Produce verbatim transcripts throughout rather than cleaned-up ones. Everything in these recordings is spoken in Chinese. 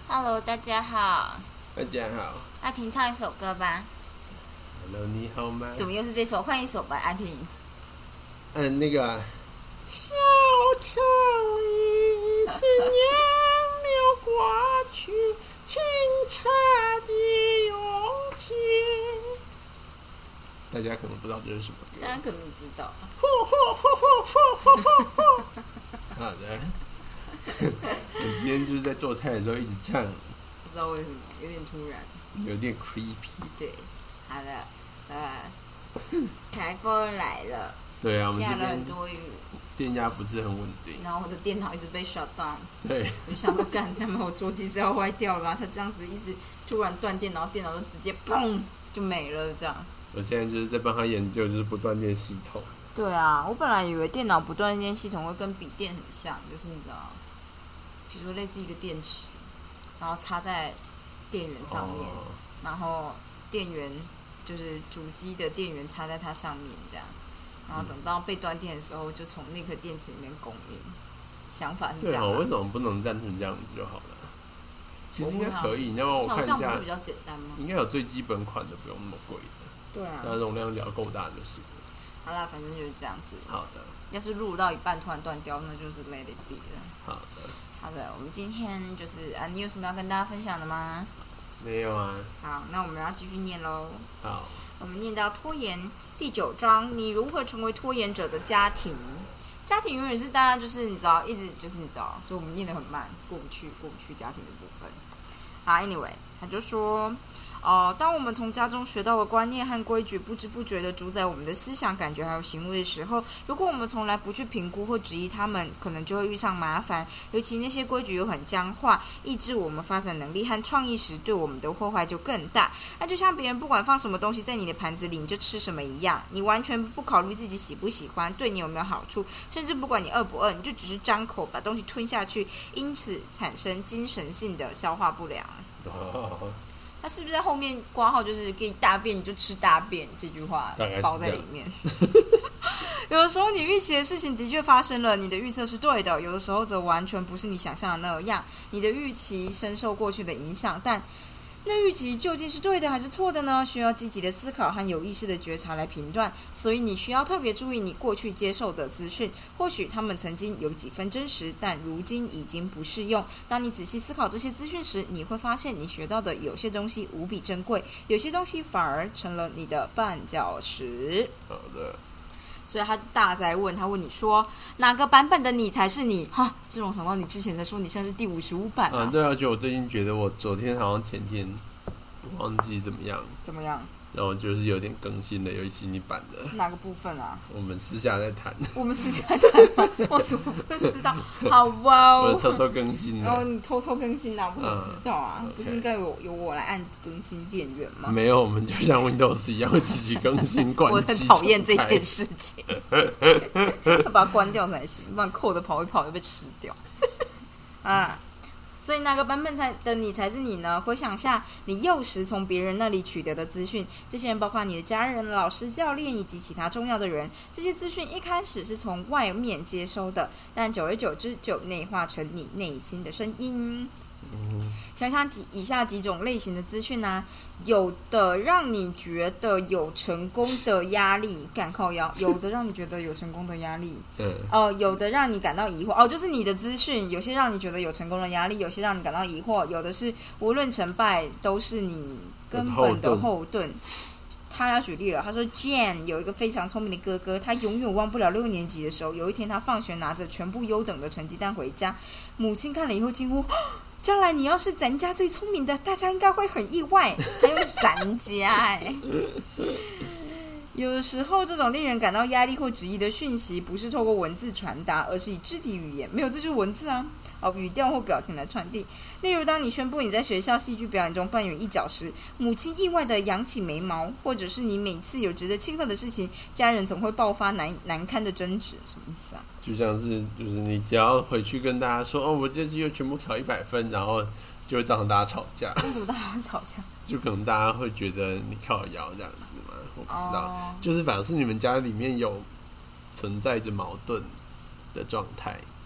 Hello， 大家好。 大家好。 阿婷唱一首歌吧。 Hello， 你好吗？ 怎么又是这首？换一首吧，阿婷。 嗯，那个、啊。 小城里是杨柳挂去清澈的勇气。 大家可能不知道这是什么歌。 大家可能不知道。 好的。你今天就是在做菜的时候一直唱。 不知道为什么，有点突然。 有点 creepy。 对，好了，呃，台风来了。 对啊，我们下了这边很多雨， 电压不是很稳定。 然后我的电脑一直被 shut down。 对。 我就想说，干，他们我桌机是要坏掉了吗？他这样子一直突然断电，然后电脑就直接砰就没了，这样。 我现在就是在帮他研究，就是不断电系统。 对啊，我本来以为电脑不断电系统会跟笔电很像，就是你知道，比如说类似一个电池，然后插在电源上面，哦、然后电源就是主机的电源插在它上面这样，然后等到被断电的时候，就从那颗电池里面供应。想法是这样、啊。 对哦，为什么不能单纯这样子就好了？其实应该可以，你要我看一下。 这样不是比较简单吗？ 应该有最基本款的，不用那么贵的。 对啊。 那容量只要够大就行了。 好啦，反正就是这样子。 好的。 要是录到一半突然断掉，那就是 let it be 了。 好的。 好的，我们今天就是啊，你有什么要跟大家分享的吗？ 没有啊。 好，那我们要继续念喽。 好。 我们念到拖延第九章，你如何成为拖延者的家庭？家庭永远是大家就是你知道，一直就是你知道，所以我们念得很慢，过不去，过不去家庭的部分。好 ，anyway， 他就说。呃，当我们从家中学到的观念和规矩不知不觉地主宰我们的思想、感觉还有行为的时候，如果我们从来不去评估或质疑他们，可能就会遇上麻烦。尤其那些规矩又很僵化，抑制我们发展能力和创意时，对我们的破坏就更大。那就像别人不管放什么东西在你的盘子里，你就吃什么一样，你完全不考虑自己喜不喜欢，对你有没有好处，甚至不管你饿不饿，你就只是张口把东西吞下去，因此产生精神性的消化不良。他是不是在后面括号就是给你大便你就吃大便这句话包在里面？有的时候你预期的事情的确发生了，你的预测是对的；有的时候则完全不是你想象的那样。你的预期深受过去的影响，但那预期究竟是对的还是错的呢？需要积极的思考和有意识的觉察来评断。所以你需要特别注意你过去接受的资讯，或许他们曾经有几分真实，但如今已经不适用。当你仔细思考这些资讯时，你会发现你学到的有些东西无比珍贵，有些东西反而成了你的绊脚石。 好的。 所以他大在问，他问你说哪个版本的你才是你？哈，这种想到你之前在说你现在是第五十五版啊。 嗯，对，而且我最近觉得我昨天好像前天忘记怎么样。 怎么样？ 然后就是有点更新了，有新一版的。 哪个部分啊？ 我们私下再谈。 我们私下谈吗？我怎么不知道？好吧、哦， 我偷偷更新了。 哦，你偷偷更新啊？我怎么不知道啊？嗯、不是应该有由我来按更新电源吗？ 没有，我们就像 Windows 一样会自己更新关机。 我很讨厌这件事情，要把它关掉才行，不然扣的跑一跑就被吃掉。啊。所以哪个版本才的你才是你呢？回想下你幼时从别人那里取得的资讯，这些人包括你的家人、老师、教练以及其他重要的人。这些资讯一开始是从外面接收的，但久而久之就内化成你内心的声音。 嗯、 想想几以下几种类型的资讯啊，有的让你觉得有成功的压力，干靠腰；有的让你觉得有成功的压力， 嗯， 哦、呃，有的让你感到疑惑，哦，就是你的资讯，有些让你觉得有成功的压力，有些让你感到疑惑，有的是无论成败都是你根本的后盾。他要举例了，他说 Jane 有一个非常聪明的哥哥，他永远忘不了六年级的时候，有一天他放学拿着全部优等的成绩单回家，母亲看了以后惊呼，将来你要是咱家最聪明的，大家应该会很意外。还有咱家哎，有的时候这种令人感到压力或质疑的讯息，不是透过文字传达，而是以肢体语言，没有这就是文字啊，哦，语调或表情来传递。例如，当你宣布你在学校戏剧表演中扮演一角时，母亲意外地扬起眉毛，或者是你每次有值得庆贺的事情，家人总会爆发难难堪的争执，什么意思啊？ 就像是就是你只要回去跟大家说，哦，我这次又全部考一百分，然后就会造成大家吵架。 为什么大家会吵架？ 就可能大家会觉得你靠腰这样子嘛，我不知道。 哦、 就是反而是你们家里面有存在着矛盾的状态。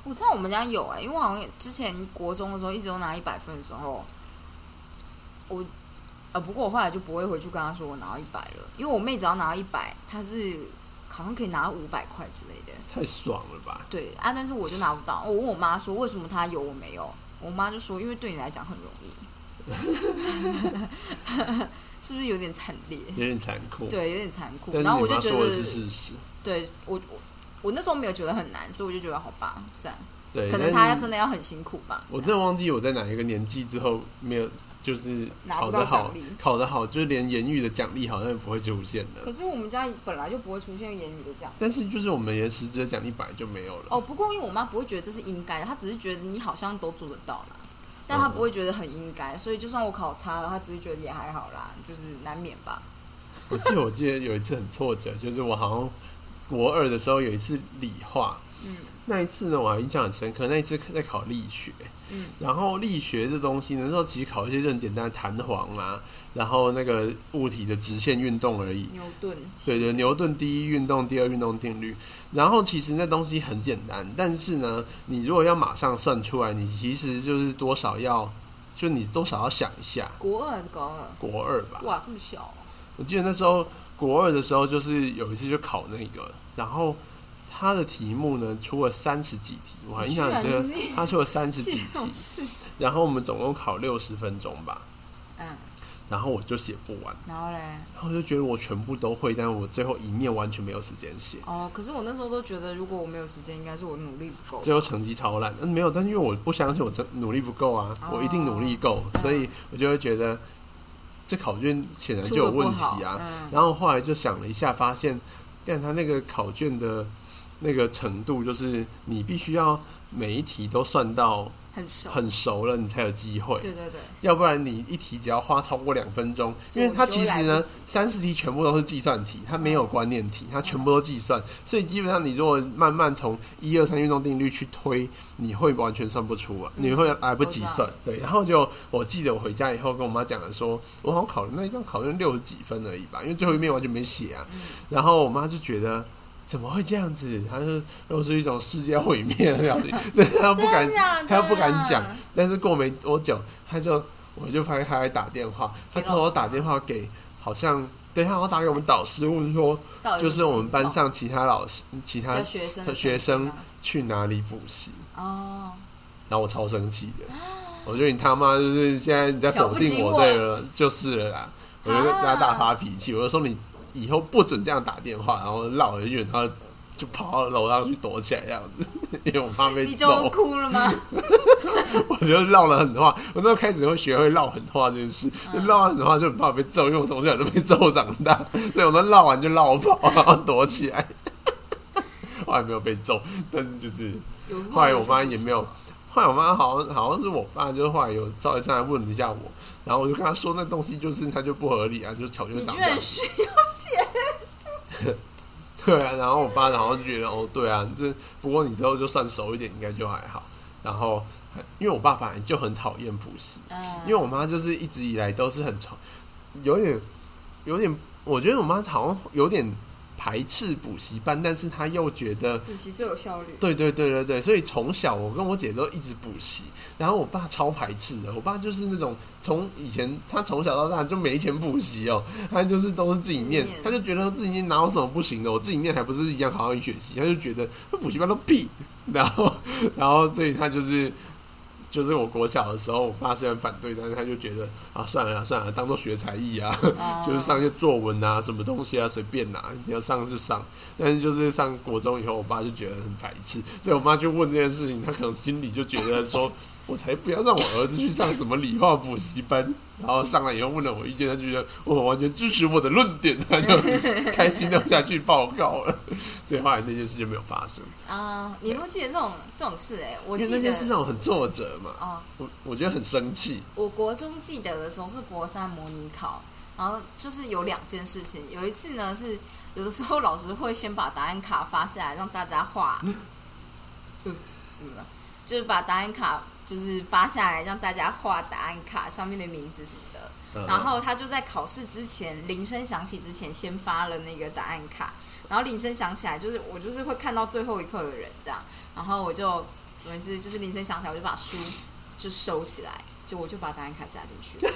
我知道我们家有哎、欸，因为我好像之前国中的时候一直都拿一百分的时候，我呃不过我后来就不会回去跟他说我拿到一百了，因为我妹只要拿到一百，她是好像可以拿到五百块之类的。 太爽了吧？ 对啊，但是我就拿不到。我问我妈说为什么她有我没有，我妈就说因为对你来讲很容易。是不是有点惨烈？ 有点残酷。 对，有点残酷。 但是然后我就觉得是事实。 对我我我那时候没有觉得很难，所以我就觉得好吧，这样。 对， 可能他真的要很辛苦吧。 我真的忘记我在哪一个年纪之后没有，就是考得好，考得好，就是连言语的奖励好像也不会出现的。 可是我们家本来就不会出现言语的奖励。 但是就是我们连实质的奖励本来就没有了。 哦，不过因为我妈不会觉得这是应该的，她只是觉得你好像都做得到啦。但他不会觉得很应该，所以就算我考差了，他只是觉得也还好啦，就是难免吧。 我记得我记得有一次很挫折，就是我好像国二的时候有一次理化，嗯，那一次呢我还印象很深刻，那一次在考力学，嗯，然后力学这东西呢，那时候其实考一些很简单的弹簧啊，然后那个物体的直线运动而已。 牛顿。 对对，牛顿第一运动、第二运动定律。然后其实那东西很简单，但是呢，你如果要马上算出来，你其实就是多少要，就你多少要想一下。 国二还是高二？ 国二吧。 哇，这么小、哦！ 我记得那时候国二的时候，就是有一次就考那个，然后他的题目呢出了三十几题，我还印象很深刻，他出了三十几题，然后我们总共考六十分钟吧。嗯。然后我就写不完， 然后嘞， 然后我就觉得我全部都会，但是我最后一面完全没有时间写。 哦，可是我那时候都觉得，如果我没有时间，应该是我努力不够。 最后成绩超烂，嗯，没有，但因为我不相信我努力不够啊，哦、我一定努力够，所以我就会觉得这考卷显然就有问题啊。嗯、然后后来就想了一下，发现，看他那个考卷的那个程度，就是你必须要每一题都算到。 很熟很熟了，你才有机会。 对对对， 要不然你一题只要花超过两分钟，因为它其实呢，三十题全部都是计算题，它没有观念题，它全部都计算，所以基本上你如果慢慢从一二三运动定律去推，你会完全算不出啊，嗯、你会来不及算。对，然后就我记得我回家以后跟我妈讲了说，我好像考了那一张考卷六十几分而已吧，因为最后一面完全没写啊。嗯、然后我妈就觉得。怎么会这样子？他是露出一种世界毁灭的表情，但是他不敢，他又不敢讲。但是过没多久，他就我就发现他在打电话，他偷偷打电话给好像对他好像打给我们导师，问说就是我们班上其他老师、其他学生的学生去哪里补习哦。然后我超生气的，我觉得你他妈就是现在你在否定我这个就是了啦，我就跟他大发脾气，我就说你。以后不准这样打电话，然后绕很远，然后就跑到楼上去躲起来这样子，因为我怕被揍。 你都哭了吗？ 我就绕了狠话，我那时候开始会学会绕狠话这件事，嗯、绕完狠话就很怕被揍，因为我从小就被揍长大，所以我都绕完就绕跑，然后躲起来。后来没有被揍，但是就是后来我妈也没有。后来我妈好像好像是我爸，就是后来有稍微上来问了一下我，然后我就跟他说那东西就是它就不合理啊，就是巧就长这样。 你居然需要解释？ 对啊，然后我爸然后就觉得哦，对啊，这不过你之后就算熟一点，应该就还好。然后因为我爸本来就很讨厌补习，嗯、因为我妈就是一直以来都是很有点有点，我觉得我妈好像有点。排斥补习班，但是他又觉得补习最有效率。 对对对对对，所以从小我跟我姐都一直补习，然后我爸超排斥的。我爸就是那种从以前他从小到大就没钱补习哦，他就是都是自己念，他就觉得自己念哪有什么不行的，我自己念还不是一样好好学习，他就觉得补习班都屁，然后然后所以他就是。就是我国小的时候，我爸虽然反对，但是他就觉得啊，算了啦算了，当做学才艺啊，哦、就是上一些作文啊，什么东西啊，随便拿，你要上就上。但是就是上国中以后，我爸就觉得很排斥，所以我妈就问这件事情，他可能心里就觉得说，我才不要让我儿子去上什么理化补习班。然后上来以后问了我意见，他就觉得我完全支持我的论点，他就很开心的下去报告了。所以后来那件事就没有发生。 啊、uh, ，你不记得这种这种事哎、欸？我记得因为那件事让我很挫折嘛。哦、uh, ，我我觉得很生气。 我国中记得的时候是国三模拟考，然后就是有两件事情。有一次呢是有的时候老师会先把答案卡发下来让大家画，嗯，嗯就是把答案卡。就是发下来让大家画答案卡上面的名字什么的，嗯、然后他就在考试之前铃声响起之前先发了那个答案卡，然后铃声响起来就是我就是会看到最后一刻的人这样，然后我就总而言之就是铃声响起来，我就把书就收起来，就我就把答案卡加进去了。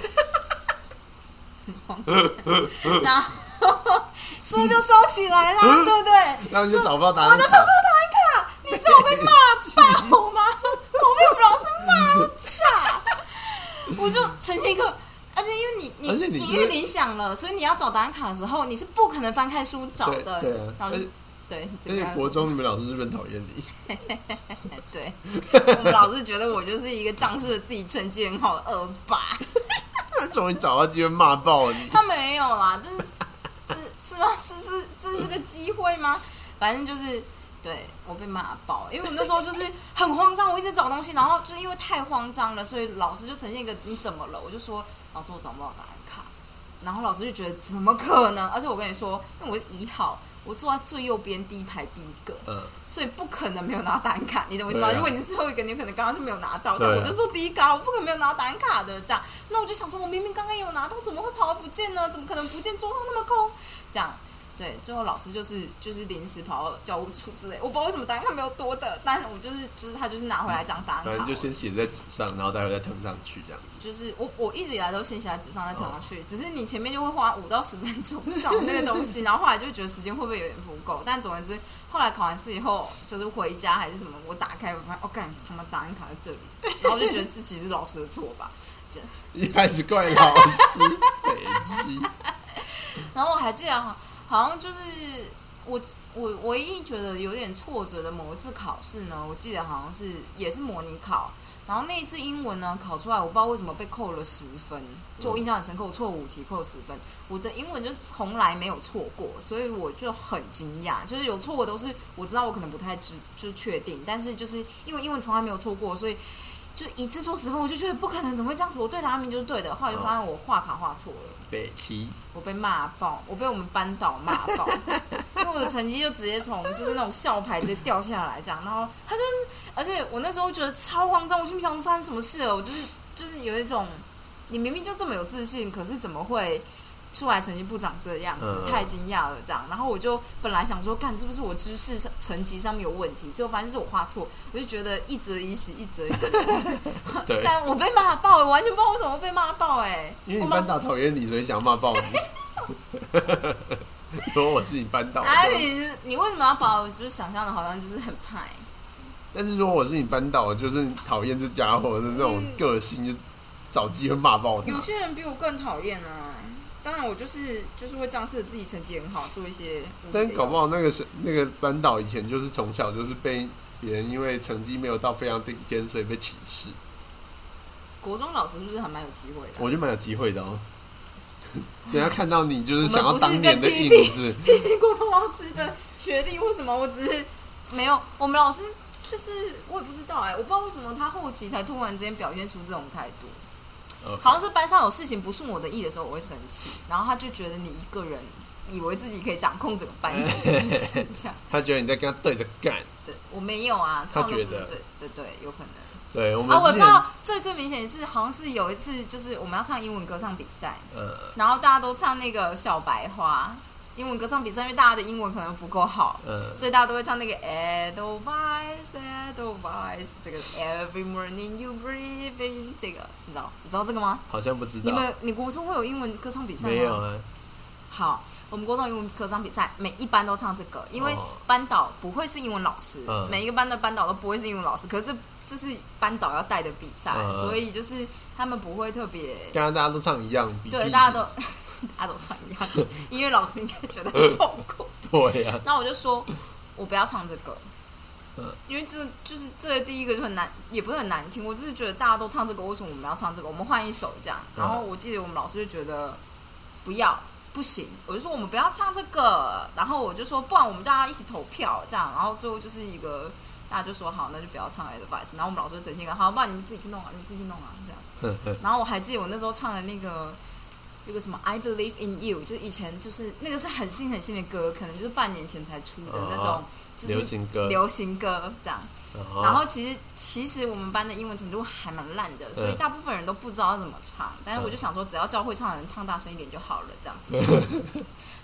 然后书就收起来了，对不对？ 然后你就找不到答案卡， 我就找不到答案卡，你知道我被骂爆吗？我被我们老师骂炸，我就呈现一个，而且因为你你你, 你因为铃响了，所以你要找答案卡的时候，你是不可能翻开书找的。 对，对啊， 然后对， 而且国中你们老师是不是很讨厌你？ 对，我们老师觉得我就是一个仗势自己成绩很好的恶霸。 终于找到机会骂爆你。 他没有啦，就是就是是吗？是是这是个机会吗？反正就是对我被骂爆，因为我那时候就是很慌张，我一直找东西，然后就是因为太慌张了，所以老师就呈现一个你怎么了？我就说老师我找不到答案卡，然后老师就觉得怎么可能？而且我跟你说，因为我是一号。我坐在最右边第一排第一个，嗯，所以不可能没有拿到答案卡，你懂我意思吗？啊、如果你是最后一个，你可能刚刚就没有拿到，但我就坐第一个，我不可能没有拿到答案卡的，这样。那我就想说，我明明刚刚有拿到，怎么会跑到不见呢？怎么可能不见？桌上那么空，这样。对，最后老师就是就是临时跑到教务处之类，我不知道为什么答案卡没有多的，但是我就是就是他就是拿回来这张答案卡， 反正就先写在纸上，然后待会再誊上去这样。 就是我我一直以来都先写在纸上再誊上去，哦、只是你前面就会花五到十分钟找那个东西，然后后来就觉得时间会不会有点不够，但总而言之，后来考完试以后，就是回家还是什么，我打开我发现，哦，干他妈答案卡在这里，然后我就觉得这其实是老师的错吧，这一开始怪老师，北七， 然后我还记得哈。好像就是我我唯一觉得有点挫折的某一次考试呢，我记得好像是也是模拟考，然后那一次英文呢考出来，我不知道为什么被扣了十分，就我印象很深刻，我错五题扣十分，我的英文就从来没有错过，所以我就很惊讶，就是有错过都是我知道我可能不太知就确定，但是就是因为英文从来没有错过，所以就一次错十分，我就觉得不可能，怎么会这样子？我对答案名就是对的，后来就发现我画卡画错了。 北七， 我被骂爆，我被我们班导骂爆，因为我的成绩就直接从就是那种校牌直接掉下来这样，然后他就，而且我那时候觉得超慌张，我心里想发生什么事了，我就是就是有一种，你明明就这么有自信，可是怎么会出来成绩不长这样子， 嗯、 太惊讶了这样，然后我就本来想说，干是不是我知识成绩上面有问题，结果发现是我画错，我就觉得一则以喜，一则以对， 但我被骂爆，我完全不知道为什么会被骂爆哎， 因为你班导讨厌你，所以想骂爆你。说我是你班导， 哎、啊，你你为什么要把我就是想象的好像就是很派？ 但是如果我是你班导，就是讨厌这家伙的那种个性，就找机会骂爆他。 有些人比我更讨厌啊。当然，我就是就是会仗势自己成绩很好，做一些。 但搞不好那个是那个班导以前就是从小就是被别人因为成绩没有到非常顶尖，所以被歧视。 国中老师是不是还蛮有机会的、啊？ 我觉得蛮有机会的哦。人家看到你就是想要当年的影子。 批评国中老师的学历或什么，我只是没有。我们老师就是我也不知道哎、欸，我不知道为什么他后期才突然之间表现出这种态度。Okay. 好像是班上有事情不顺我的意的时候，我会生气，然后他就觉得你一个人以为自己可以掌控整个班级，是这样。 他觉得你在跟他对着干。 对，我没有啊。 他觉得， 对对对，有可能。 对，我们啊，我知道最最明显的是，好像是有一次，就是我们要唱英文歌唱比赛，呃，然后大家都唱那个小白花。英文歌唱比赛，因为大家的英文可能不够好，嗯、所以大家都会唱那个 Edelweiss Edelweiss 这个 Every morning you breathe in 这个，你知道你知道这个吗？ 好像不知道。 你们你国中会有英文歌唱比赛吗？ 没有啊。 好，我们国中英文歌唱比赛，每一班都唱这个，因为班导不会是英文老师，哦、每一个班的班导都不会是英文老师，可是这这是班导要带的比赛，嗯、所以就是他们不会特别， 刚刚大家都唱一样， 对，大家都。大家都唱一样，音乐老师应该觉得很痛苦。 对呀、啊。 那我就说，我不要唱这个，嗯、因为这就是这第一个就很难，也不是很难听。我只是觉得大家都唱这个，为什么我们要唱这个？我们换一首这样。然后我记得我们老师就觉得不要，不行。我就说我们不要唱这个，然后我就说不然我们大家一起投票这样。然后最后就是一个大家就说好，那就不要唱 Advice。然后我们老师就呈现一个好，不然你自己去弄啊，你自己去弄啊这样。然后我还记得我那时候唱的那个。有个什么 I Believe in You， 就是以前就是那个是很新很新的歌，可能就是半年前才出的那种，就是流行歌， 流行歌这样。然后其实其实我们班的英文程度还蛮烂的，所以大部分人都不知道怎么唱。但是我就想说，只要教会唱的人唱大声一点就好了，这样子。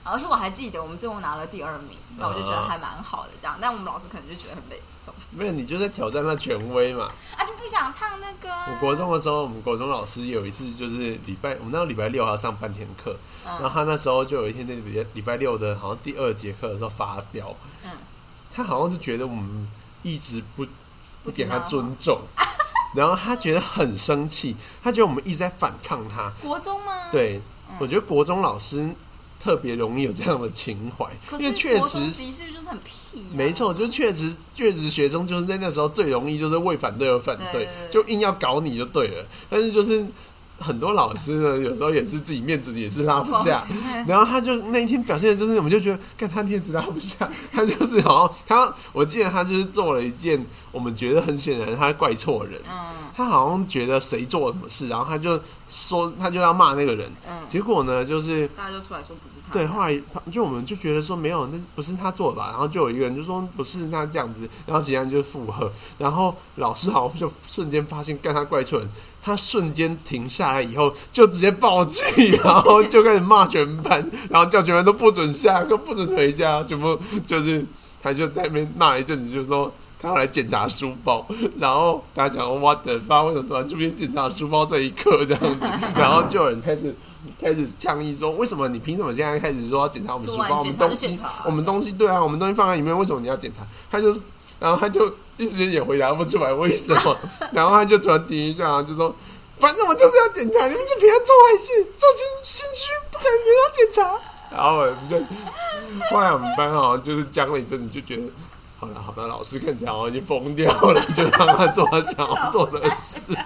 而且我还记得我们最后拿了第二名，那我就觉得还蛮好的这样。但我们老师可能就觉得很悲痛。 没有，你就在挑战他权威嘛。 啊，就不想唱那个、啊。 我国中的时候，我们国中老师有一次就是礼拜，我们那个礼拜六还要上半天课，嗯、然后他那时候就有一天那礼礼拜六的好像第二节课的时候发飙，嗯，他好像是觉得我们一直不不给他尊重。然后他觉得很生气，他觉得我们一直在反抗他。 国中吗？ 对，嗯、我觉得国中老师特别容易有这样的情怀，因为确实其实就是很屁、啊。 没错，就确实确实学生就是在那时候最容易就是为反对而反对，对对对就硬要搞你就对了。但是就是很多老师呢，有时候也是自己面子也是拉不下，然后他就那一天表现的就是，我们就觉得，看他面子拉不下，他就是好像他，我记得他就是做了一件我们觉得很显然他怪错人，嗯，他好像觉得谁做了什么事，然后他就说他就要骂那个人，嗯，结果呢就是大家就出来说不是他， 对，后来就我们就觉得说没有，那不是他做的吧，然后就有一个人就说不是，那这样子，然后其他人就附和，然后老师好像就瞬间发现干他怪错人。他瞬间停下来以后，就直接爆气，然后就开始骂全班，然后叫全班都不准下课、不准回家，全部就是他就在那边骂了一阵子，就说他要来检查书包，然后大家讲说 what the fuck， 为什么突然出现检查书包这一刻这样子，然后就有人开始开始倡议说，为什么你凭什么现在开始说要检查我们书包？我们东西，我们东西对啊，我们东西放在里面，为什么你要检查？他就。然后他就一时间也回答不出来为什么，然后他就突然停一下，就说：“反正我就是要检查，你们就不要做坏事，做心心虚不可能要检查。”然后我们就后来我们班好像就是僵了一阵子，就觉得好了好了，老师看起来好像已经疯掉了，就让他做他想要做的事。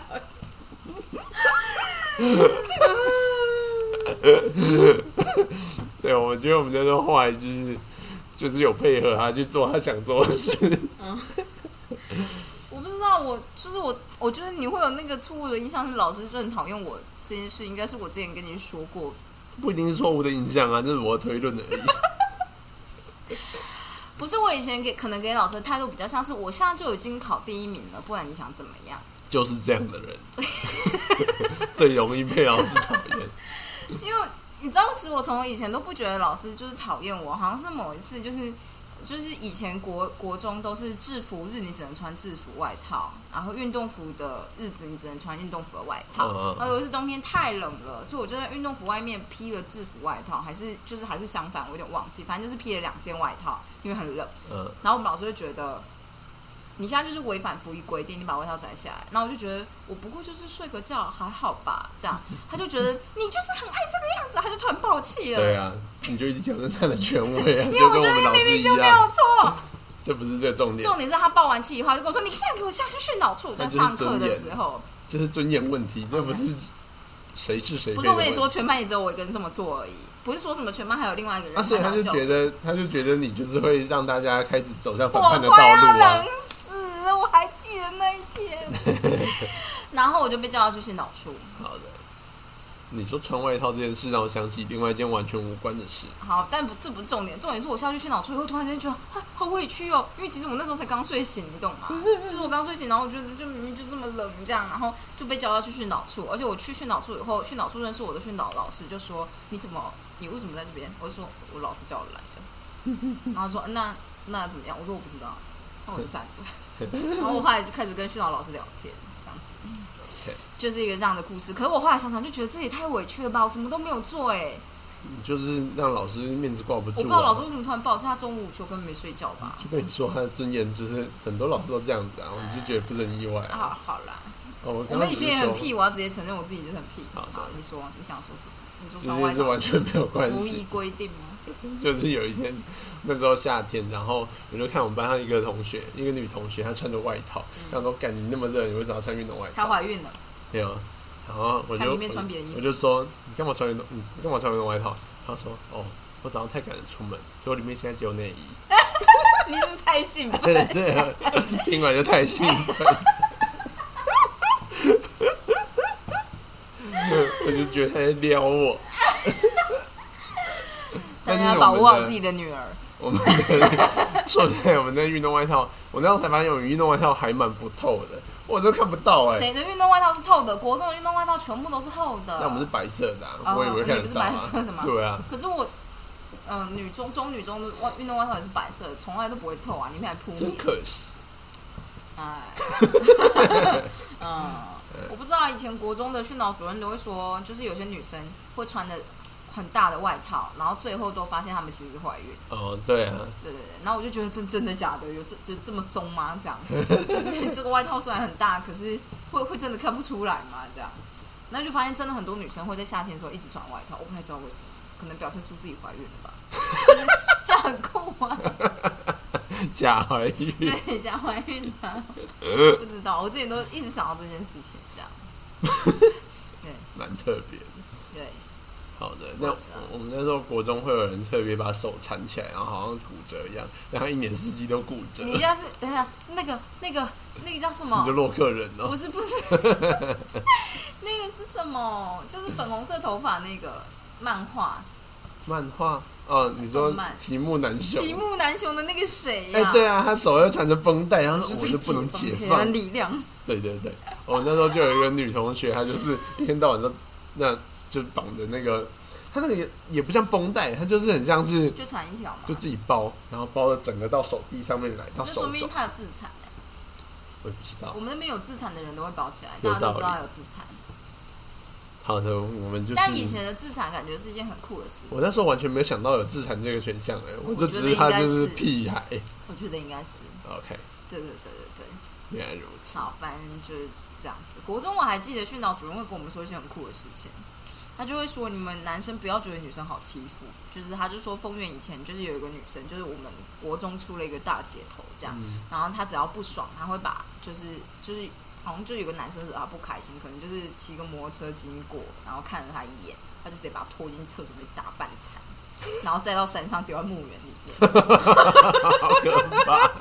对，我觉得我们那时候后来就是。就是有配合他去做他想做的事。嗯， 我不知道，我就是我，我觉得你会有那个错误的印象，是老师就很讨厌我这件事，应该是我之前跟你说过。 不一定是错误的印象啊，这是我的推论而已。 不是，我以前给可能给老师的态度比较像是，我现在就已经考第一名了，不然你想怎么样？ 就是这样的人，最容易被老师讨厌。 因为。你知道，其实我从以前都不觉得老师就是讨厌我，好像是某一次就是就是以前国国中都是制服日，你只能穿制服外套，然后运动服的日子你只能穿运动服的外套。嗯、然后有一次冬天太冷了，所以我就在运动服外面披了制服外套，还是就是还是相反，我有点忘记，反正就是披了两件外套，因为很冷。嗯、然后我们老师就觉得。你现在就是违反服役规定，你把外套摘下来。然后我就觉得我不过就是睡个觉，还好吧？这样，他就觉得你就是很爱这个样子，他就突然爆气了。 对啊，你就一直挑战他的权威啊， 因为我觉得你明明就没有错。 这不是最重点， 重点是他爆完气以后，就跟我说：“你现在给我下去训导处。”在上课的时候， 这是尊严问题，这不是谁是谁。 不是我跟你说，全班也只有我一个人这么做而已。不是说什么全班还有另外一个人。 啊，所以他就觉得，他就觉得你就是会让大家开始走向反叛的道路啊。 我还记得那一天，然后我就被叫到去训导处。 好的，你说穿外套这件事让我想起另外一件完全无关的事。 好，但不这不是重点，重点是我下去训导处以后，突然间觉得啊好委屈哦，因为其实我那时候才刚睡醒，你懂吗？就是我刚睡醒，然后我就就明明就这么冷这样，然后就被叫到去训导处，而且我去训导处以后，训导处认识我的训导老师就说你怎么你为什么在这边？我就说我老师叫我来的，然后说那那怎么样？我说我不知道，那我就站着。然后我后来就开始跟训导老师聊天，这样子，就是一个这样的故事。可是我后来想想，就觉得自己太委屈了吧，我什么都没有做哎、欸， 就是让老师面子挂不住、啊。 我不知道老师为什么突然爆，是他中午午休根本没睡觉吧？ 就跟你说他的尊严，就是很多老师都这样子啊，我就觉得不是很意外、啊。 好好啦， 哦、我, 我们以前也很屁，我要直接承认我自己就是很屁。好，好你说你想说什么？你说穿外套是完全没有关系， 服役规定吗？ 就是有一天，那时候夏天，然后我就看我们班上一个同学，一个女同学，她穿着外套，她、嗯、说：“干你那么热，你为什么要穿运动外套？” 她怀孕了。 没有，然后我就她里面穿别的衣服， 我就说：“你干嘛穿运动？你干嘛穿运动外套？”她说：“哦，我早上太赶着出门，所以我里面现在只有内衣。” 你是不是太兴奋？ 对对，听完就太兴奋。我就觉得他在撩我。 大家要保护好自己的女儿。 我们的说实在，我们的运动外套，我那时候才发现，我们运动外套还蛮不透的，我都看不到哎、欸。 谁的运动外套是透的？国中的运动外套全部都是厚的。 那我们是白色的、啊， oh, 我以为看得到、啊。 你不是白色的吗？ 对啊。 可是我嗯、呃、女中中女中的运动外套也是白色的，从来都不会透啊，里面还铺棉。 真可惜。 哎，嗯，我不知道以前国中的训导主任都会说，就是有些女生会穿的很大的外套，然后最后都发现她们其实是怀孕。 哦，对啊， 对对对，然后我就觉得真真的假的，有这就这么松吗？这样，就是这个外套虽然很大，可是会会真的看不出来吗？这样，然后就发现真的很多女生会在夏天的时候一直穿外套，我不太知道为什么，可能表现出自己怀孕了吧，就是这样很酷吗？ 假怀孕， 对，假怀孕啊，不知道，我之前都一直想到这件事情，这样，对， 蛮特别的。 对， 好的，那我们那时候国中会有人特别把手缠起来，然后好像骨折一样，然后一年四季都骨折。 你家是等一下是那个那个那个叫什么？ 你就洛克人哦？ 不是不是，那个是什么？就是粉红色头发那个漫画。 漫画哦，你说齐木楠雄？ 齐木楠雄的那个谁呀、 啊？哎、欸，对啊，他手又缠着绷带，然后我就不能解放力量。 对对对，我那时候就有一个女同学，她就是一天到晚都那就绑着那个，她那个也也不像绷带，她就是很像是就缠一条嘛， 就自己包，然后包的整个到手臂上面来，到手肘。 就说明她有自残、欸。 我也不知道。 我们那边有自残的人都会包起来，大家都知道有自残。 好的，我们就是。 但以前的自残感觉是一件很酷的事。 我那时候完全没有想到有自残这个选项哎，我就只是他就是屁孩。 我觉得应该是。 OK。 对对对对对。 原来如此。 好，反正就是这样子。国中我还记得训导主任会跟我们说一些很酷的事情，他就会说你们男生不要觉得女生好欺负，就是他就说丰原以前就是有一个女生，就是我们国中出了一个大姐头这样，嗯、然后他只要不爽，他会把就是就是。好像就有个男生惹他不开心，可能就是骑个摩托车经过，然后看了他一眼，他就直接把他拖进厕所里打半残，然后再到山上丢在墓园里面。 好可怕！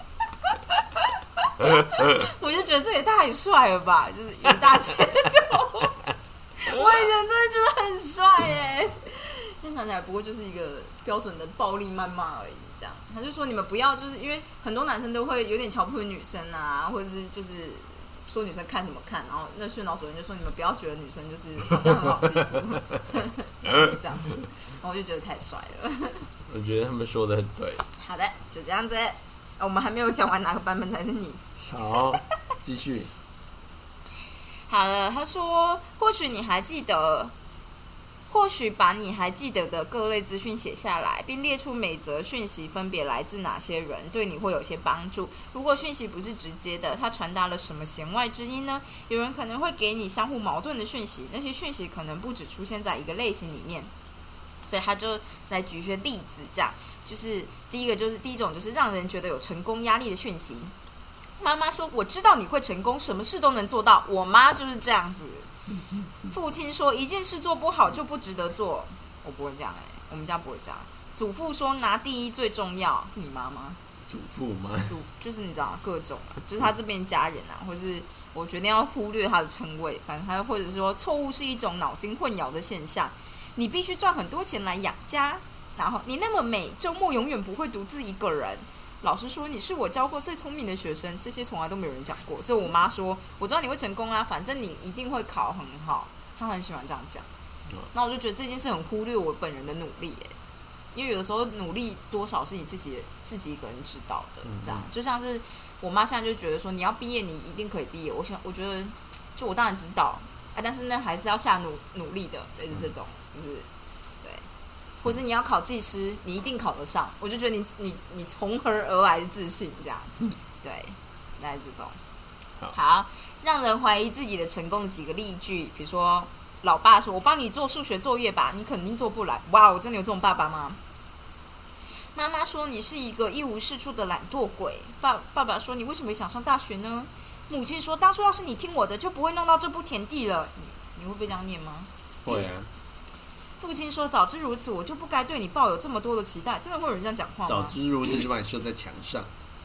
我就觉得这也太帅了吧，就是有大姐头，我以前真的觉得很帅耶。现在想起来，不过就是一个标准的暴力谩骂而已。这样，他就说你们不要，就是因为很多男生都会有点瞧不起女生啊，或者是就是。说女生看什么看，然后那训导主任就说你们不要觉得女生就是好像很好欺负，这样子，然后我就觉得太帅了。 我觉得他们说的很对。 好的，就这样子。我们还没有讲完哪个版本才是你。 好，继续。 好了，他说或许你还记得。或许把你还记得的各类资讯写下来，并列出每则讯息分别来自哪些人，对你会有些帮助。如果讯息不是直接的，它传达了什么弦外之音呢？有人可能会给你相互矛盾的讯息，那些讯息可能不只出现在一个类型里面。所以他就来举一些例子，这样就是第一个就是第一种就是让人觉得有成功压力的讯息。妈妈说：“我知道你会成功，什么事都能做到。”我妈就是这样子。父亲说一件事做不好就不值得做，我不会这样哎、欸，我们家不会这样。祖父说拿第一最重要，是你妈吗？ 祖父吗？ 祖就是你知道各种啊，就是他这边家人啊，或是我决定要忽略他的称谓，反正他或者是说错误是一种脑筋混淆的现象，你必须赚很多钱来养家，然后你那么美，周末永远不会独自一个人。老师说你是我教过最聪明的学生，这些从来都没有人讲过。只有我妈说，我知道你会成功啊，反正你一定会考很好。她很喜欢这样讲。那我就觉得这件事很忽略我本人的努力耶，因为有的时候努力多少是你自己自己一个人知道的。这样就像是我妈现在就觉得说，你要毕业，你一定可以毕业。我想，我觉得就我当然知道，啊，但是呢还是要下努努力的，就是这种，就是对。或是你要考技师，你一定考得上。我就觉得你你你从何而来的自信，这样，对，那是这种。好，让人怀疑自己的成功的几个例句，比如说，老爸说：“我帮你做数学作业吧，你肯定做不来。”哇，我真的有这种爸爸吗？妈妈说：“你是一个一无是处的懒惰鬼。”爸爸爸说：“你为什么想上大学呢？”母亲说：“当初要是你听我的，就不会弄到这步田地了。”你你会被这样念吗？ 会啊。 父亲说：“早知如此，我就不该对你抱有这么多的期待。”真的会有人这样讲话吗？ 早知如此，就把你射在墙上。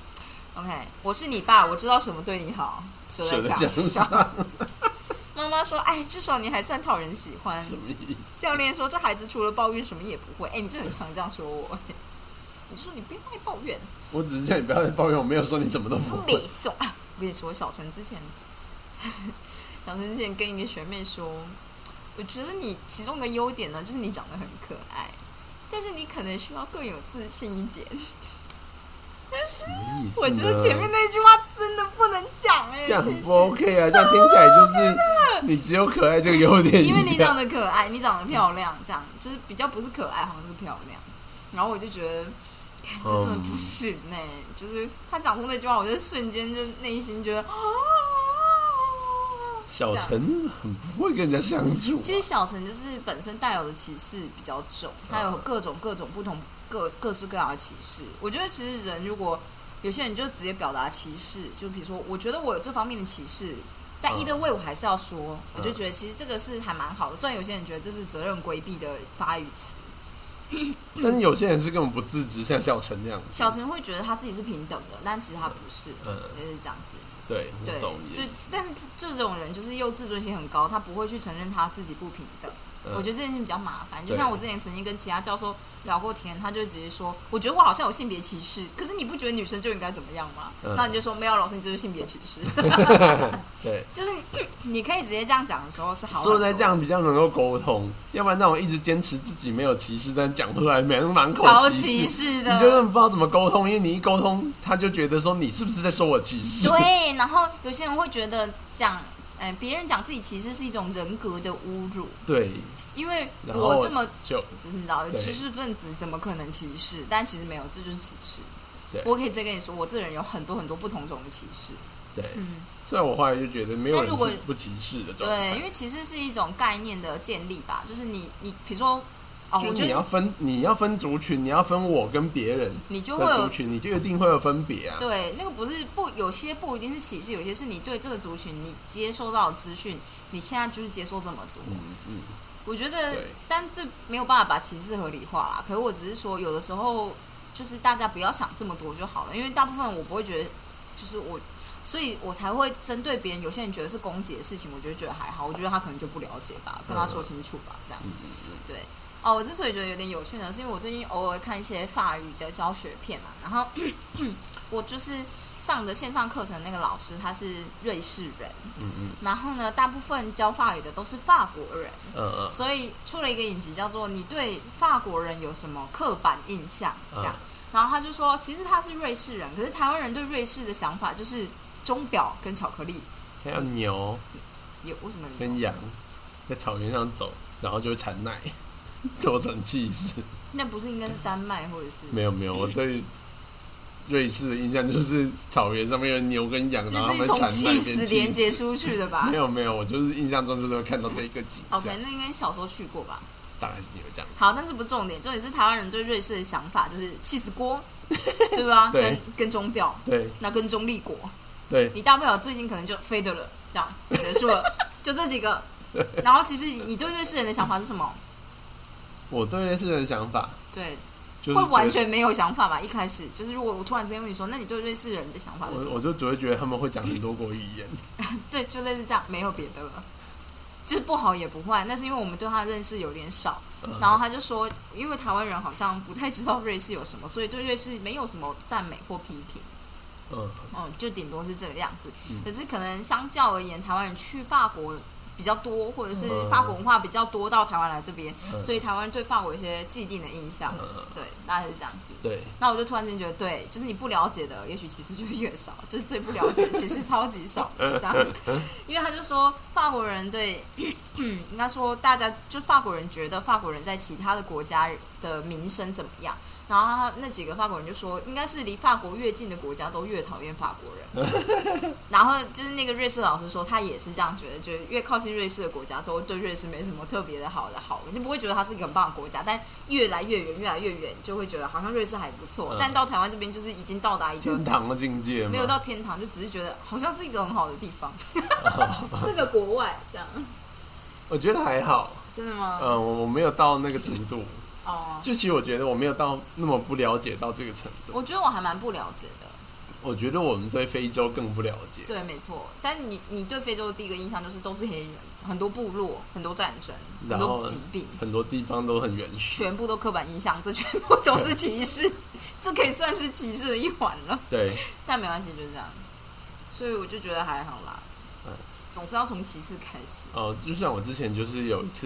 OK， 我是你爸，我知道什么对你好，射在墙上。妈妈说：“哎，至少你还算讨人喜欢。” 什么意思？ 教练说：“这孩子除了抱怨什么也不会。”哎，你真的很常这样说我。你说你不要爱抱怨。 我只是叫你不要再抱怨，我没有说你什么都不会。 没错啊，我跟你说，小陈之前，小陈之前跟一个学妹说。我觉得你其中一个优点呢，就是你长得很可爱， 但是你可能需要更有自信一点。 什么意思呢？ 我觉得前面那句话真的不能讲哎、欸， 这样很不 OK 啊！这样听起来就是你只有可爱这个优点， 因为你长得可爱，你长得漂亮，这样就是比较不是可爱，好像是漂亮。然后我就觉得，这真的不行哎、欸嗯！就是他讲出那句话，我就瞬间就内心觉得，啊， 小陈很不会跟人家相处、啊。 其实小陈就是本身带有的歧视比较重，他有各种各种不同各各式各样的歧视。我觉得其实人如果有些人就直接表达歧视，就比如说，我觉得我有这方面的歧视，但either way我还是要说，嗯、我就觉得其实这个是还蛮好的。虽然有些人觉得这是责任规避的发语词， 但是有些人是根本不自知，像小陈那样子。 小陈会觉得他自己是平等的，但其实他不是，嗯，就是这样子。 对， 对， 懂。 所以，但是这种人就是又自尊心很高，他不会去承认他自己不平等。嗯、我觉得这件事情比较麻烦。就像我之前曾经跟其他教授聊过天，他就直接说：“我觉得我好像有性别歧视，可是你不觉得女生就应该怎么样吗？”嗯、那你就说：“没有，老师，你就是性别歧视。” 对， 就是你可以直接这样讲的时候是好。 说在这样比较能够沟通，要不然那种一直坚持自己没有歧视，但讲出来满满口歧视的， 你就根本不知道怎么沟通，因为你一沟通，他就觉得说你是不是在说我歧视？ 对，然后有些人会觉得讲，哎、呃，别人讲自己歧视是一种人格的侮辱。 对。 因为我这么就你知道，知识分子怎么可能歧视？但其实没有，这就是歧视。我可以直接跟你说，我这人有很多很多不同种的歧视。 对，嗯，虽然我后来就觉得没有人是不歧视的状态。 对，因为歧视是一种概念的建立吧，就是你你比如说，哦， 就是你要分你要分族群，你要分我跟别人， 你就会有族群，你就一定会有分别啊。 对，那个不是不有些不一定是歧视，有些是你对这个族群你接收到的资讯，你现在就是接受这么多。嗯嗯。我觉得，但这没有办法把歧视合理化啦。可是我只是说，有的时候就是大家不要想这么多就好了，因为大部分我不会觉得，就是我，所以我才会针对别人。有些人觉得是攻击的事情，我就觉得还好。我觉得他可能就不了解吧，跟他说清楚吧，这样。对。哦，我之所以觉得有点有趣呢，是因为我最近偶尔看一些法语的教学片嘛，然后我就是上的线上课程那个老师他是瑞士人，嗯嗯，然后呢，大部分教法语的都是法国人，嗯嗯，所以出了一个影集叫做《你对法国人有什么刻板印象》这样，嗯、然后他就说，其实他是瑞士人，可是台湾人对瑞士的想法就是钟表跟巧克力， 还有牛， 有为什么跟羊在草原上走，然后就会产奶。做成气势， 那不是应该是丹麦或者是？ 没有没有，我对瑞士的印象就是草原上面有牛跟羊，然后他们产奶气死连接出去的吧？ 没有没有，我就是印象中就是会看到这一个景象。 OK， 那应该小时候去过吧？ 大概是有这样。 好，但这不重点，重点是台湾人对瑞士的想法就是气死锅，对吧？ 对， 跟跟钟表， 对， 那跟中立国， 对， 你大不了最近可能就飞得了，这样结束了，就这几个。然后其实你对瑞士人的想法是什么？ 我对瑞士人的想法， 对， 就是、 会完全没有想法吧？一开始就是，如果我突然之间问你说，那你对瑞士人的想法是什么？ 我, 我就只会觉得他们会讲很多国语言。 对，就类似这样，没有别的了，就是不好也不坏。那是因为我们对他的认识有点少。嗯、然后他就说，因为台湾人好像不太知道瑞士有什么，所以对瑞士没有什么赞美或批评。嗯嗯，就顶多是这个样子。嗯、可是可能相较而言，台湾人去法国比较多，或者是法国文化比较多到台湾来这边，嗯、所以台湾对法国有一些既定的印象，嗯、对，大概是这样子。 对， 那我就突然间觉得，对，就是你不了解的，也许其实就会越少，就是最不了解的其实超级少，这样。因为他就说法国人对，应该说大家就法国人觉得法国人在其他的国家的名声怎么样。然后他那几个法国人就说，应该是离法国越近的国家都越讨厌法国人。然后就是那个瑞士老师说，他也是这样觉得，觉得越靠近瑞士的国家都对瑞士没什么特别的好的好，你就不会觉得它是一个很棒的国家。但越来越远，越来越远，就会觉得好像瑞士还不错。嗯、但到台湾这边，就是已经到达一个天堂的境界， 没有到天堂，就只是觉得好像是一个很好的地方，是个国外这样。 我觉得还好， 真的吗？ 嗯，我没有到那个程度。 哦， 就其实我觉得我没有到那么不了解到这个程度。 我觉得我还蛮不了解的。 我觉得我们对非洲更不了解。 对，没错。但你你对非洲的第一个印象就是都是黑人，很多部落，很多战争，很多疾病， 很多地方都很原始， 全部都刻板印象，这全部都是歧视，这可以算是歧视的一环了。 对， 但没关系，就是这样。所以我就觉得还好啦。嗯，总是要从歧视开始。 哦，就像我之前就是有一次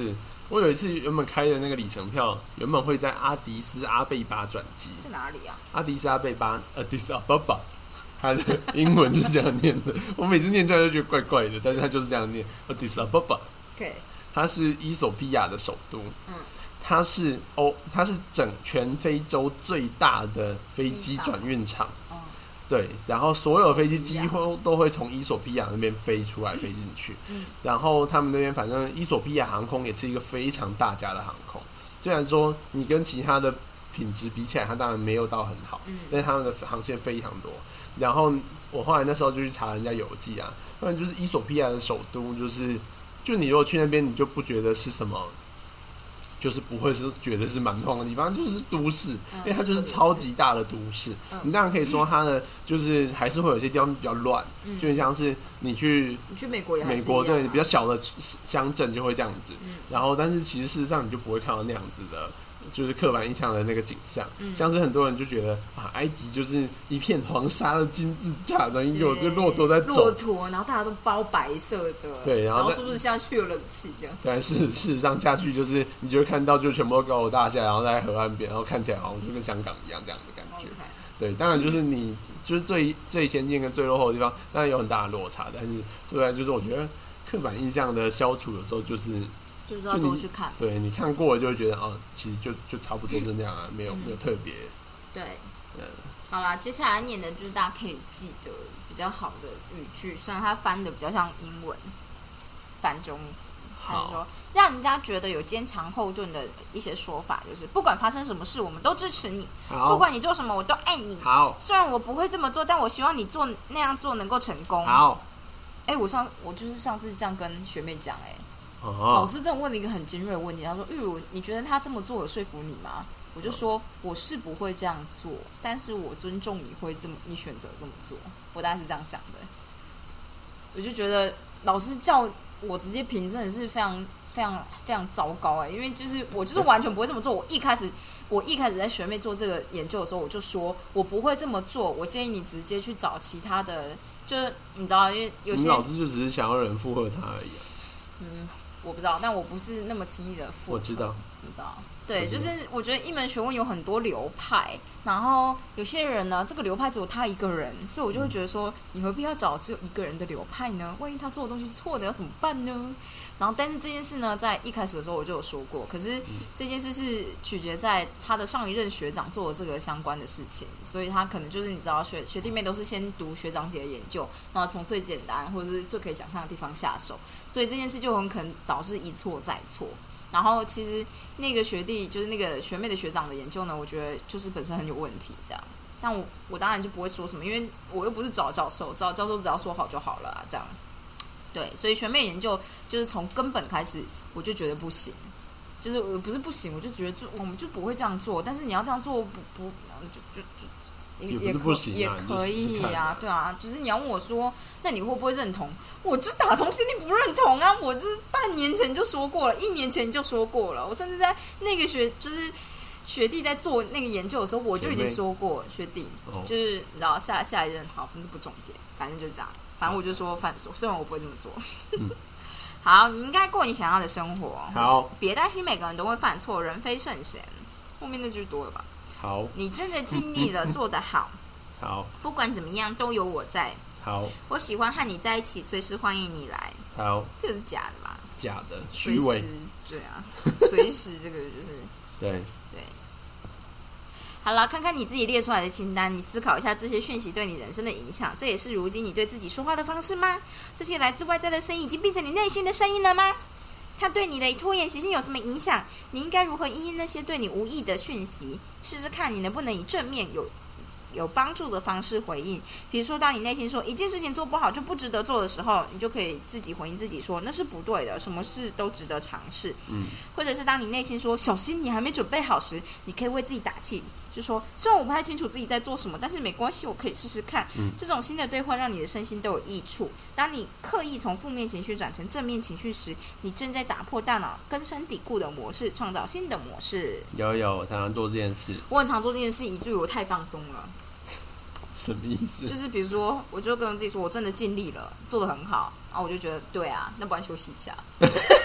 我有一次原本开的那个里程票，原本会在阿迪斯阿贝巴转机。 在哪里啊？ 阿迪斯阿贝巴，阿迪斯阿巴巴，它的英文是这样念的。我每次念出来就觉得怪怪的，但是它就是这样念，阿迪斯阿巴巴。 对， 它是伊索比亚的首都。 嗯， 它是欧，它是整全非洲最大的飞机转运场。对，然后所有飞机几乎都会从伊索比亚那边飞出来，飞进去。嗯，然后他们那边反正伊索比亚航空也是一个非常大家的航空，虽然说你跟其他的品质比起来，它当然没有到很好，嗯，但是他们的航线非常多。然后我后来那时候就去查人家游记啊，不然就是伊索比亚的首都，就是就你如果去那边，你就不觉得是什么。就是不会是觉得是蛮荒的地方，就是都市，因为它就是超级大的都市。嗯、你当然可以说它的就是还是会有些地方比较乱，嗯、就像是你去你去美国也还是美国对比较小的乡镇就会这样子，嗯、然后但是其实事实上你就不会看到那样子的。就是刻板印象的那个景象，嗯、像是很多人就觉得啊，埃及就是一片黄沙的金字塔，等于有这骆驼在走， 骆驼，然后大家都包白色的， 对，然后是不是下去有冷气这样？ 但是事实上下去就是你就会看到就全部都高楼大厦，然后在河岸边，然后看起来好像就跟香港一样这样的感觉。Okay. 对，当然就是你就是最最先进跟最落后的地方，当然有很大的落差，但是虽然就是我觉得刻板印象的消除有时候就是。 就是要多去看， 对你看过了就会觉得哦，其实就就差不多就那样啊，没有、嗯、没有特别。 对，嗯，好啦，接下来念的就是大家可以记得比较好的语句，虽然它翻的比较像英文翻中，还是说让人家觉得有坚强后盾的一些说法，就是不管发生什么事，我们都支持你，不管你做什么，我都爱你。 好， 虽然我不会这么做，但我希望你做那样做能够成功。 好， 哎、欸，我上我就是上次这样跟学妹讲，哎。 哦、 老师真的问了一个很尖锐的问题，他说：“玉如，你觉得他这么做有说服你吗？”我就说：“我是不会这样做，但是我尊重你会这么，你选择这么做。”我大概是这样讲的。我就觉得老师叫我直接评，真的是非常非常非常糟糕哎、欸，因为就是我就是完全不会这么做。我一开始我一开始在学妹做这个研究的时候，我就说我不会这么做，我建议你直接去找其他的，就是你知道，因为有些老师就只是想要人附和他而已、啊。 嗯。我不知道，但我不是那么轻易的附和。 我知道， 你知道，对，就是我觉得一门学问有很多流派，然后有些人呢，这个流派只有他一个人，所以我就会觉得说，你何必要找只有一个人的流派呢？万一他做的东西是错的，要怎么办呢？然后，但是这件事呢，在一开始的时候我就有说过，可是这件事是取决在他的上一任学长做的这个相关的事情，所以他可能就是你知道学学弟妹都是先读学长姐的研究，然后从最简单或者是最可以想象的地方下手，所以这件事就很可能导致一错再错。然后其实那个学弟就是那个学妹的学长的研究呢，我觉得就是本身很有问题这样。但我我当然就不会说什么，因为我又不是找教授，找教授只要说好就好了啊，这样。对，所以学妹研究就是从根本开始，我就觉得不行，就是我不是不行，我就觉得就我们就不会这样做。但是你要这样做，不不就就就也也不行、啊、 也可以呀、啊，对啊，就是你要问我说，那你会不会认同？我就打从心里不认同啊！我就是半年前就说过了，一年前就说过了，我甚至在那个学就是学弟在做那个研究的时候，我就已经说过学弟，哦、就是你知道下下一任好，那是不重点，反正就这样。反正我就说，反虽然我不会这么做。嗯、好，你应该过你想要的生活。 好， 别担心，每个人都会犯错，人非圣贤。后面那句多了吧？ 好， 你真的尽力了，做得好。 好， 不管怎么样，都有我在。 好， 我喜欢和你在一起，随时欢迎你来。 好， 这个是假的吧？ 假的，虚伪。 对啊，随时这个就是对对。好了，看看你自己列出来的清单，你思考一下这些讯息对你人生的影响，这也是如今你对自己说话的方式吗？这些来自外在的声音已经变成你内心的声音了吗？它对你的拖延习性有什么影响？你应该如何因应那些对你无益的讯息？试试看你能不能以正面有有帮助的方式回应。比如说，当你内心说一件事情做不好就不值得做的时候，你就可以自己回应自己说那是不对的，什么事都值得尝试。嗯，或者是当你内心说小心你还没准备好时，你可以为自己打气，就说虽然我不太清楚自己在做什么，但是没关系，我可以试试看。嗯，这种新的对话让你的身心都有益处。当你刻意从负面情绪转成正面情绪时，你正在打破大脑根深蒂固的模式，创造新的模式。 有有，我常常做这件事。 我很常做这件事，以至于我太放松了。 什么意思？ 就是比如说，我就跟自己说，我真的尽力了，做得很好，然后我就觉得，对啊，那不然休息一下。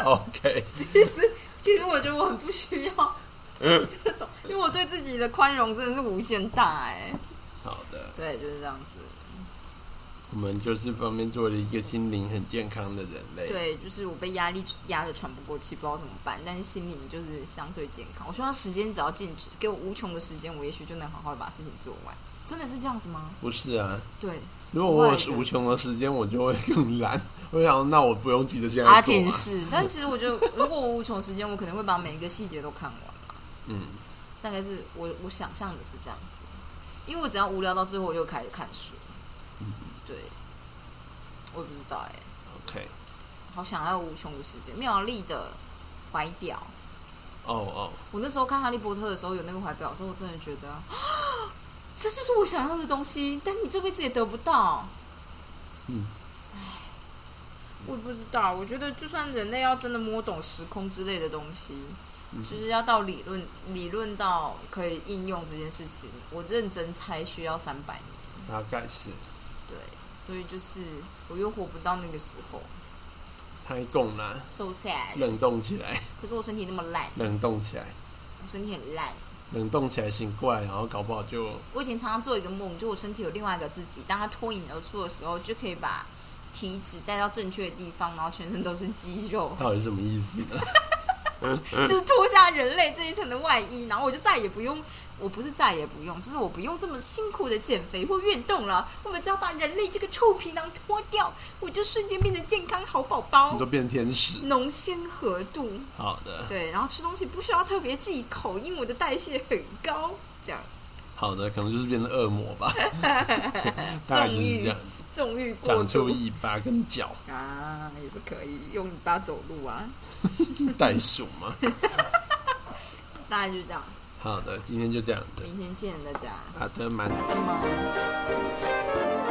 OK， 其实其实我觉得我很不需要这种，因为我对自己的宽容真的是无限大哎。 好的， 对，就是这样子。 我们就是方面做了一个心灵很健康的人类。 对，就是我被压力压得喘不过气，不知道怎么办，但是心灵就是相对健康。我希望时间只要静止，给我无穷的时间，我也许就能好好的把事情做完。真的是这样子吗？ 不是啊， 对。 如果我有无穷的时间，我就会更懒。我想，那我不用急着现在做、啊。 阿婷是，但其实我觉得，如果我无穷时间，我可能会把每一个细节都看完嘛。 嗯， 大概是我我想象的是这样子，因为我只要无聊到最后，我就开始看书。 嗯， 对。我也不知道哎、欸。 OK。 好想要无穷的时间，妙丽的怀表。 哦哦。 我那时候看《哈利波特》的时候，有那个怀表的时候，我真的觉得，这就是我想要的东西，但你这辈子也得不到。 嗯。 唉，我也不知道。我觉得，就算人类要真的摸懂时空之类的东西，嗯、就是要到理论理论到可以应用这件事情，我认真猜需要三百年。 大概是。 对。所以就是我又活不到那个时候， 太拱了 ，so sad， 冷冻起来。 可是我身体那么烂， 冷冻起来， 我身体很烂， 冷冻起来醒过来，然后搞不好就…… 我以前常常做一个梦，就我身体有另外一个自己，当它脱颖而出的时候，就可以把体脂带到正确的地方，然后全身都是肌肉。 到底是什么意思呢？ 就是脱下人类这一层的外衣，然后我就再也不用。我不是再也不用，就是我不用这么辛苦的减肥或运动了。我们只要把人类这个臭皮囊脱掉，我就瞬间变成健康好宝宝。 你就变天使， 浓鲜合度。 好的。 对，然后吃东西不需要特别忌口，因为我的代谢很高。这样。 好的，可能就是变成恶魔吧。大概就是这样子。 纵欲过度。 长出尾巴跟脚啊，也是可以用尾巴走路啊。 袋鼠吗？ 大概就是这样。 好的，今天就这样的。 明天见，大家。 好的，蛮。 好的吗？